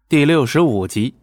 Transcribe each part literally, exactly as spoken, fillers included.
第六十五集。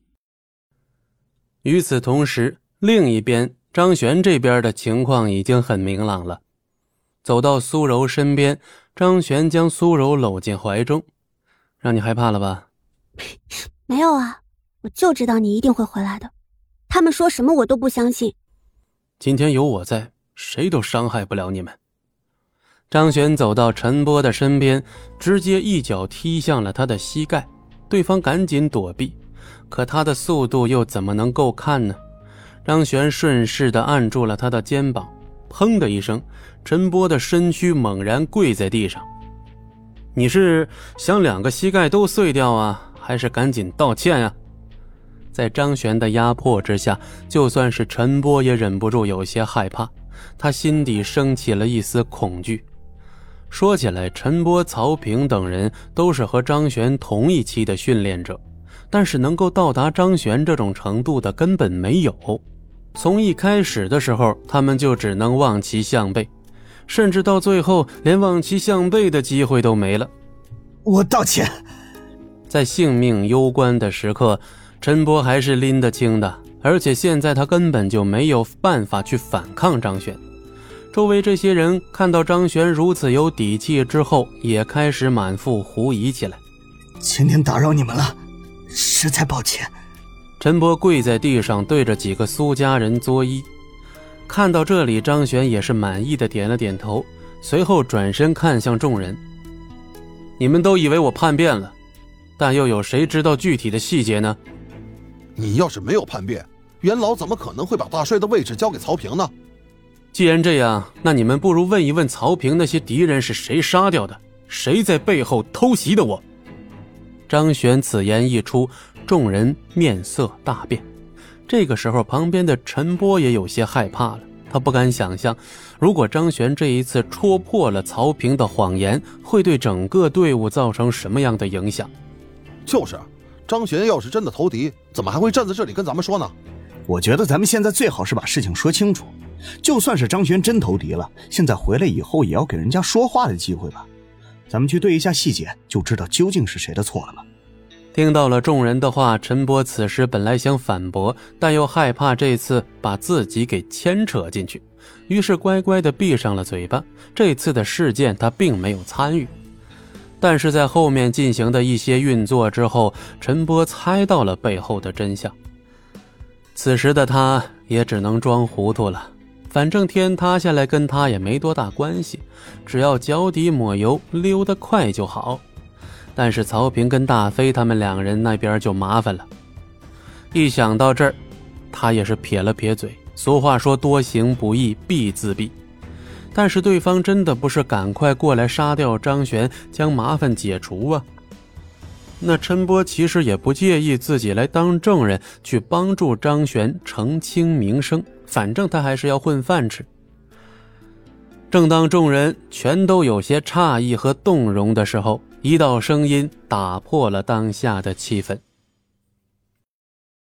与此同时，另一边张璇这边的情况已经很明朗了。走到苏柔身边，张璇将苏柔搂进怀中。让你害怕了吧？ 没有啊，我就知道你一定会回来的，他们说什么我都不相信。 今天有我在，谁都伤害不了你们。张璇走到陈波的身边，直接一脚踢向了他的膝盖，对方赶紧躲避，可他的速度又怎么能够看呢？张璇顺势地按住了他的肩膀，砰的一声，陈波的身躯猛然跪在地上。你是想两个膝盖都碎掉啊，还是赶紧道歉啊？在张璇的压迫之下，就算是陈波也忍不住有些害怕，他心底升起了一丝恐惧。说起来，陈波、曹平等人都是和张璇同一期的训练者，但是能够到达张璇这种程度的根本没有。从一开始的时候，他们就只能望其项背，甚至到最后连望其项背的机会都没了。 我道歉。 在性命攸关的时刻，陈波还是拎得清的，而且现在他根本就没有办法去反抗张璇。周围这些人看到张璇如此有底气之后，也开始满腹狐疑起来。 今天打扰你们了，实在抱歉。 陈波跪在地上，对着几个苏家人作揖。看到这里，张璇也是满意的点了点头，随后转身看向众人。你们都以为我叛变了，但又有谁知道具体的细节呢？ 你要是没有叛变，元老怎么可能会把大帅的位置交给曹平呢？ 既然这样，那你们不如问一问曹平那些敌人是谁杀掉的，谁在背后偷袭的我。张璇此言一出，众人面色大变。这个时候，旁边的陈波也有些害怕了，他不敢想象，如果张璇这一次戳破了曹平的谎言，会对整个队伍造成什么样的影响。 就是张璇要是真的投敌，怎么还会站在这里跟咱们说呢？ 我觉得咱们现在最好是把事情说清楚，就算是张璇真投敌了，现在回来以后也要给人家说话的机会吧。咱们去对一下细节，就知道究竟是谁的错了吧。 听到了众人的话，陈波此时本来想反驳，但又害怕这次把自己给牵扯进去，于是乖乖地闭上了嘴巴。这次的事件他并没有参与，但是在后面进行的一些运作之后，陈波猜到了背后的真相。此时的他也只能装糊涂了，反正天塌下来跟他也没多大关系，只要脚底抹油溜得快就好。但是曹平跟大飞他们两人那边就麻烦了。一想到这儿，他也是撇了撇嘴，俗话说多行不义必自毙。但是对方真的不是赶快过来杀掉张璇，将麻烦解除啊？那陈波其实也不介意自己来当证人，去帮助张璇澄清名声，反正他还是要混饭吃。正当众人全都有些诧异和动容的时候，一道声音打破了当下的气氛。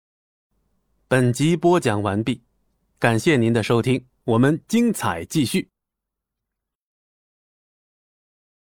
本集播讲完毕，感谢您的收听，我们精彩继续。